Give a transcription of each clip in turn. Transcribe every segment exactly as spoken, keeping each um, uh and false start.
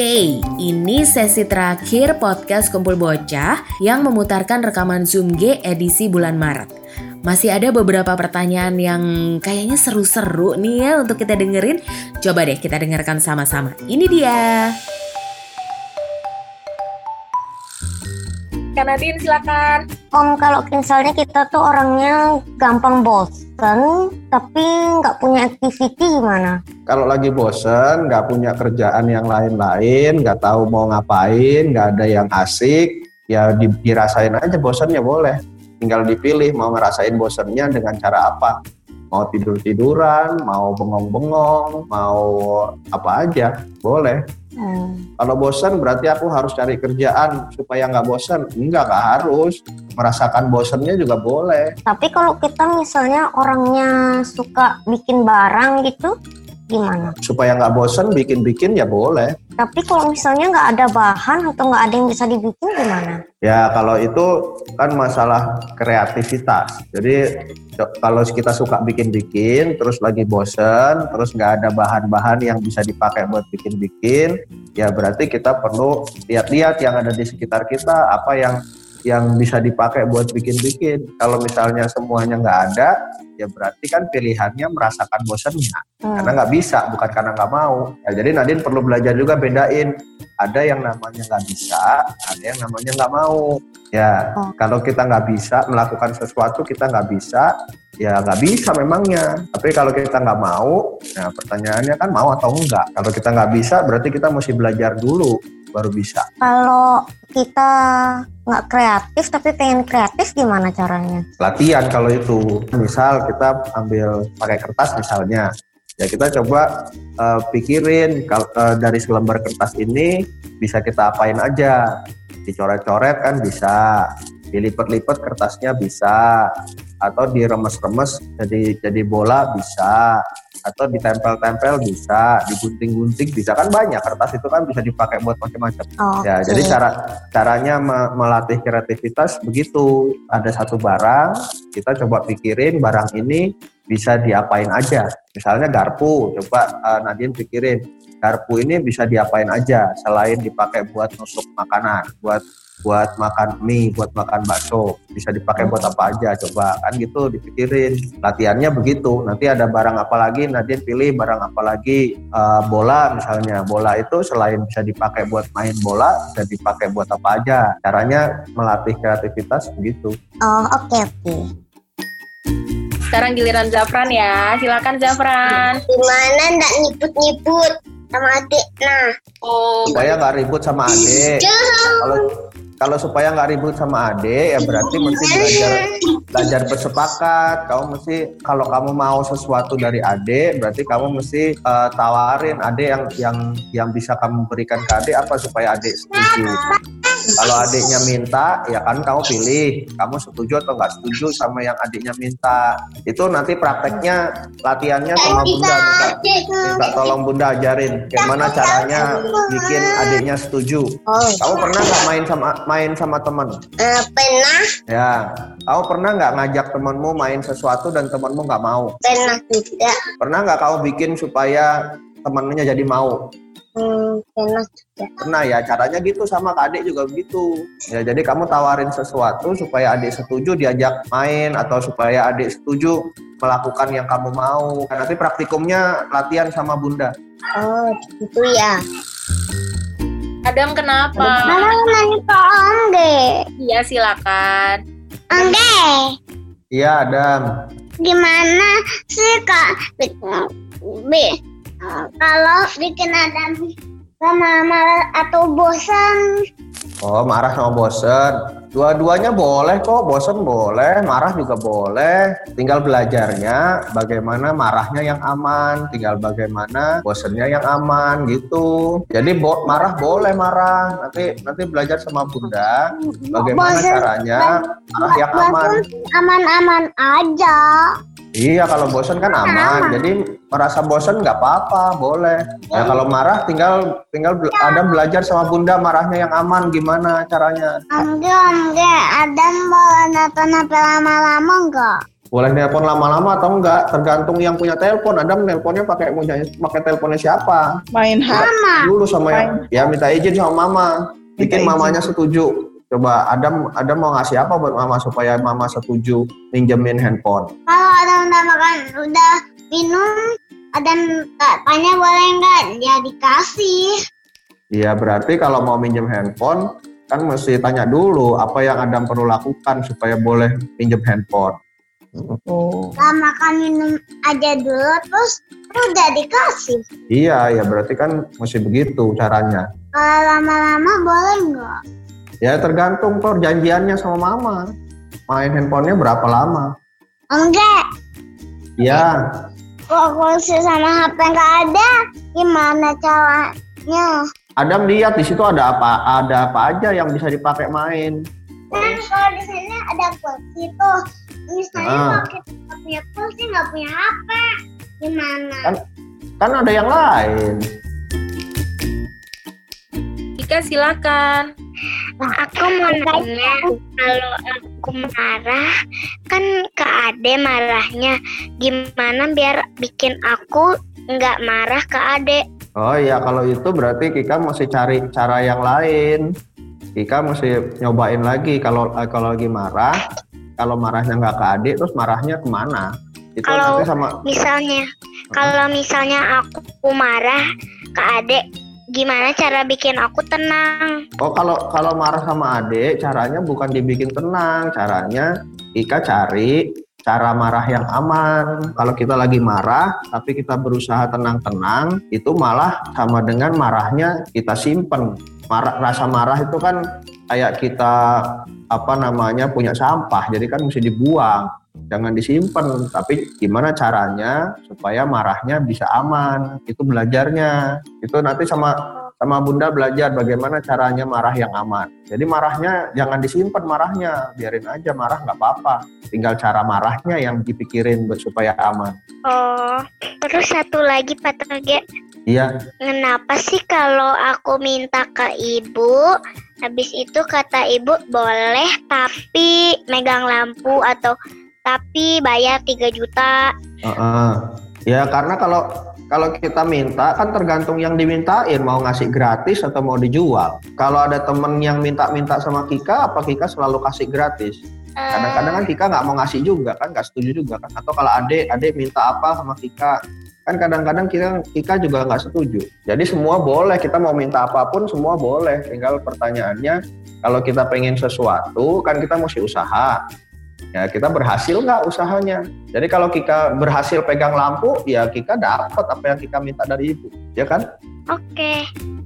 Oke, ini sesi terakhir podcast Kumpul Bocah yang memutarkan rekaman Zoom G edisi bulan Maret. Masih ada beberapa pertanyaan yang kayaknya seru-seru nih ya untuk kita dengerin. Coba deh kita dengarkan sama-sama. Ini dia. Kak Nadine silakan. Om, kalau misalnya kita tuh orangnya gampang bosen, tapi nggak punya activity gimana? Kalau lagi bosen, nggak punya kerjaan yang lain-lain, nggak tahu mau ngapain, nggak ada yang asik, ya dirasain aja bosennya boleh. Tinggal dipilih mau ngerasain bosennya dengan cara apa. Mau tidur-tiduran, mau bengong-bengong, mau apa aja, boleh. Hmm. Kalau bosan berarti aku harus cari kerjaan supaya nggak bosan. Enggak, nggak harus. Merasakan bosannya juga boleh. Tapi kalau kita misalnya orangnya suka bikin barang gitu, gimana? Supaya nggak bosan bikin-bikin ya boleh. Tapi kalau misalnya nggak ada bahan atau nggak ada yang bisa dibikin gimana? Ya kalau itu kan masalah kreativitas. Jadi kalau kita suka bikin-bikin, terus lagi bosen, terus nggak ada bahan-bahan yang bisa dipakai buat bikin-bikin, ya berarti kita perlu lihat-lihat yang ada di sekitar kita, apa yang yang bisa dipakai buat bikin-bikin. Kalau misalnya semuanya nggak ada, ya berarti kan pilihannya merasakan bosannya. Hmm. Karena nggak bisa, bukan karena nggak mau. Ya, jadi Nadine perlu belajar juga bedain. Ada yang namanya nggak bisa, ada yang namanya nggak mau. Ya, oh. Kalau kita nggak bisa melakukan sesuatu, kita nggak bisa, ya nggak bisa memangnya. Tapi kalau kita nggak mau, nah pertanyaannya kan mau atau enggak. Kalau kita nggak bisa, berarti kita mesti belajar dulu, baru bisa. Kalau kita nggak kreatif tapi pengen kreatif gimana caranya? Latihan kalau itu. Misal kita ambil pakai kertas misalnya. Ya kita coba uh, pikirin uh, dari selembar kertas ini bisa kita apain aja. Dicoret-coret kan bisa, dilipat-lipat kertasnya bisa, atau diremes-remes jadi jadi bola bisa, atau ditempel-tempel bisa, digunting-gunting bisa, kan banyak kertas itu kan bisa dipakai buat macam-macam. Oh, ya, okay. Jadi cara caranya me- melatih kreativitas begitu. Ada satu barang, kita coba pikirin barang ini bisa diapain aja. Misalnya garpu, coba uh, Nadine pikirin garpu ini bisa diapain aja selain dipakai buat nusuk makanan, buat buat makan mie, buat makan bakso, bisa dipakai buat apa aja, coba kan gitu dipikirin. Latihannya begitu. Nanti ada barang apa lagi, Nadine pilih barang apa lagi, uh, bola misalnya. Bola itu selain bisa dipakai buat main bola, bisa dipakai buat apa aja. Caranya melatih kreativitas begitu. Oh, oke okay, oke. Okay. Sekarang giliran Zafran ya. Silakan Zafran. Gimana ndak nyiput-nyiput sama adik? Nah, oh, supaya nggak ribut sama adik. Kalau kalau supaya nggak ribut sama adik, ya berarti mesti belajar belajar bersepakat. Kamu mesti, kalau kamu mau sesuatu dari adik, berarti kamu mesti uh, tawarin adik yang yang yang bisa kamu berikan ke adik apa supaya adik setuju. Kalau adiknya minta, ya kan kamu pilih, kamu setuju atau nggak setuju sama yang adiknya minta. Itu nanti prakteknya, latihannya sama Bunda. Minta, minta tolong Bunda ajarin gimana caranya bikin adiknya setuju. Kamu pernah nggak main sama main sama teman? Uh, pernah. Ya, kamu pernah nggak ngajak temanmu main sesuatu dan temanmu nggak mau? Pernah juga. Pernah nggak kamu bikin supaya temannya jadi mau? Hmm, pernah juga. Pernah ya, caranya gitu sama ke adik juga begitu. Ya, jadi kamu tawarin sesuatu supaya adik setuju diajak main atau supaya adik setuju melakukan yang kamu mau. Nanti praktikumnya latihan sama Bunda. Oh, gitu ya. Adam kenapa? Mama nanya ke Angge. Iya silakan. Angge. Iya Adam. Gimana sih Kak? B. Kalau bikin Adam sama marah atau bosan? Oh, marah sama bosen. Dua-duanya boleh kok, bosen boleh, marah juga boleh. Tinggal belajarnya bagaimana marahnya yang aman, tinggal bagaimana bosennya yang aman gitu. Jadi bo- marah boleh marah. Nanti nanti belajar sama Bunda bagaimana bosen, caranya marah yang aman. Aman-aman aja. Iya, kalau bosan kan aman. Jadi merasa bosan nggak apa-apa, boleh. Ya kalau marah tinggal tinggal Adam belajar sama Bunda marahnya yang aman gimana caranya. Enggak, enggak. Adam mau nonton sampai lama-lama enggak? Boleh nelpon lama-lama atau enggak, tergantung yang punya telepon. Adam nelponnya pakai pakai teleponnya siapa? Main H P. Dulu sama yang ya minta izin sama mama. Bikin Minta mamanya setuju. Coba Adam Adam mau ngasih apa buat mama supaya mama setuju minjemin handphone? Kalau Adam udah makan, udah minum, Adam tanya boleh nggak? Ya dikasih. Iya, berarti kalau mau minjem handphone kan mesti tanya dulu apa yang Adam perlu lakukan supaya boleh minjem handphone. Oh. Nah, makan minum aja dulu, terus udah dikasih. Iya, ya berarti kan mesti begitu caranya. Kalau lama-lama boleh nggak? Ya tergantung perjanjiannya sama mama. Main handphonenya berapa lama? Enggak. Iya. Kok kunci sama H P nggak ada? Gimana caranya? Adam lihat di situ ada apa? Ada apa aja yang bisa dipakai main? Kan kalau di sini ada kunci tuh. Misalnya Ah. kalau kita nggak punya kunci, nggak punya H P, gimana? Kan, kan ada yang lain. Ika silakan. Aku mau nanya, kalau aku marah, kan Kak Ade marahnya. Gimana biar bikin aku nggak marah ke Ade? Oh iya, kalau itu berarti Kika mesti cari cara yang lain. Kika mesti nyobain lagi kalau kalau lagi marah. Kalau marahnya nggak ke adik, terus marahnya kemana? Itu Kalau nanti sama. misalnya, kalau misalnya aku marah ke Ade, gimana cara bikin aku tenang? Oh kalau kalau marah sama adik, caranya bukan dibikin tenang, caranya Kika cari cara marah yang aman. Kalau kita lagi marah, tapi kita berusaha tenang-tenang, itu malah sama dengan marahnya kita simpen. Marah, rasa marah itu kan kayak kita apa namanya punya sampah, jadi kan mesti dibuang, jangan disimpan. Tapi gimana caranya supaya marahnya bisa aman? Itu belajarnya. Itu nanti sama sama Bunda belajar bagaimana caranya marah yang aman. Jadi marahnya jangan disimpan, marahnya biarin aja, marah nggak apa-apa. Tinggal cara marahnya yang dipikirin supaya aman. Oh, terus satu lagi Pak Toge. Iya. Kenapa sih kalau aku minta ke ibu, habis itu kata ibu boleh tapi megang lampu atau tapi bayar tiga juta? Uh-uh. Ya karena kalau kalau kita minta kan tergantung yang dimintain, mau ngasih gratis atau mau dijual. Kalau ada temen yang minta-minta sama Kika, apa Kika selalu kasih gratis? Kadang-kadang kan Kika nggak mau ngasih juga kan, nggak setuju juga kan. Atau kalau adek, adek minta apa sama Kika, kan kadang-kadang kita Kika juga nggak setuju. Jadi semua boleh, kita mau minta apapun semua boleh. Tinggal pertanyaannya, kalau kita pengen sesuatu kan kita mesti usaha. Ya kita berhasil nggak usahanya. Jadi kalau Kika berhasil pegang lampu, ya Kika dapat apa yang Kika minta dari ibu, ya kan? Oke.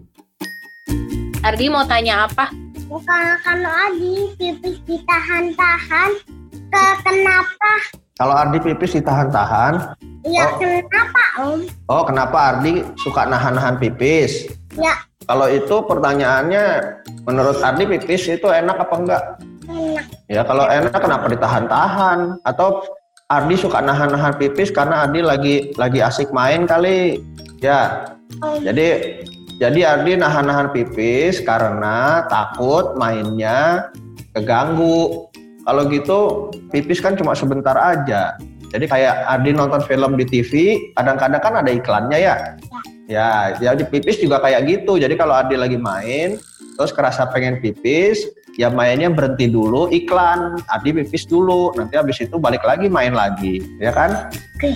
Ardi mau tanya apa? Bukan kalau Adi pipis ditahan-tahan, ke kenapa? Kalau Ardi pipis ditahan-tahan, Ya Oh. kenapa Om? oh kenapa Ardi suka nahan-nahan pipis? Ya Kalau itu pertanyaannya, menurut Ardi pipis itu enak apa enggak? enak. Ya kalau enak kenapa ditahan-tahan? Atau Ardi suka nahan-nahan pipis karena Ardi lagi lagi asik main kali? Ya. Om. Jadi jadi Ardi nahan-nahan pipis karena takut mainnya keganggu. Kalau gitu pipis kan cuma sebentar aja. Jadi kayak Ardi nonton film di T V, kadang-kadang kan ada iklannya ya. Ya, jadi pipis juga kayak gitu. Jadi kalau Ardi lagi main, terus kerasa pengen pipis, ya mainnya berhenti dulu, iklan, Ardi pipis dulu, nanti habis itu balik lagi main lagi, ya kan?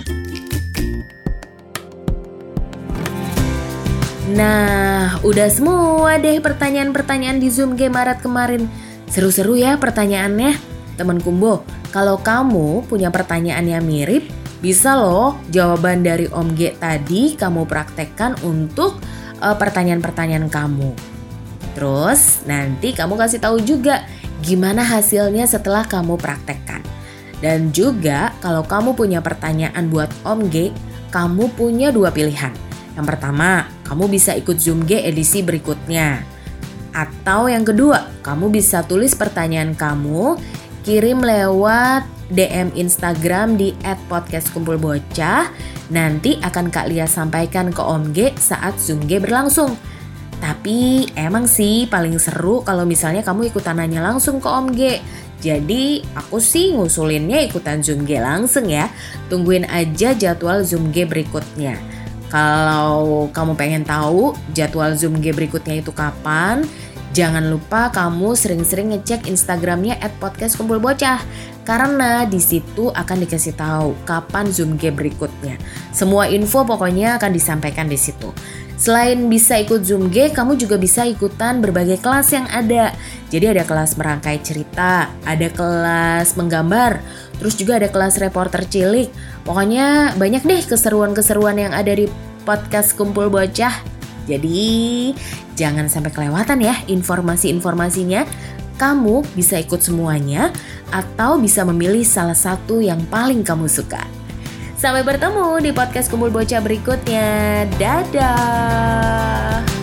Nah, udah semua deh pertanyaan-pertanyaan di Zoom Game Maret kemarin. Seru-seru ya pertanyaannya. Temen Kumbo, kalau kamu punya pertanyaan yang mirip, bisa loh jawaban dari Om G tadi kamu praktekkan untuk uh, pertanyaan-pertanyaan kamu. Terus nanti kamu kasih tahu juga gimana hasilnya setelah kamu praktekkan. Dan juga kalau kamu punya pertanyaan buat Om G, kamu punya dua pilihan. Yang pertama, kamu bisa ikut Zoom G edisi berikutnya. Atau yang kedua, kamu bisa tulis pertanyaan kamu, kirim lewat D M Instagram di et podcast kumpul bocah. Nanti akan Kak Lia sampaikan ke Om G saat Zoom G berlangsung. Tapi emang sih paling seru kalau misalnya kamu ikutan nanya langsung ke Om G. Jadi aku sih ngusulinnya ikutan Zoom G langsung ya. Tungguin aja jadwal Zoom G berikutnya. Kalau kamu pengen tahu jadwal Zoom G berikutnya itu kapan, jangan lupa kamu sering-sering ngecek Instagramnya et podcast kumpul bocah. Karena di situ akan dikasih tahu kapan Zoom G berikutnya. Semua info pokoknya akan disampaikan di situ. Selain bisa ikut Zoom G, kamu juga bisa ikutan berbagai kelas yang ada. Jadi ada kelas merangkai cerita, ada kelas menggambar, terus juga ada kelas reporter cilik. Pokoknya banyak deh keseruan-keseruan yang ada di podcast Kumpul Bocah. Jadi jangan sampai kelewatan ya informasi-informasinya. Kamu bisa ikut semuanya atau bisa memilih salah satu yang paling kamu suka. Sampai bertemu di podcast Kumpul Bocah berikutnya. Dadah.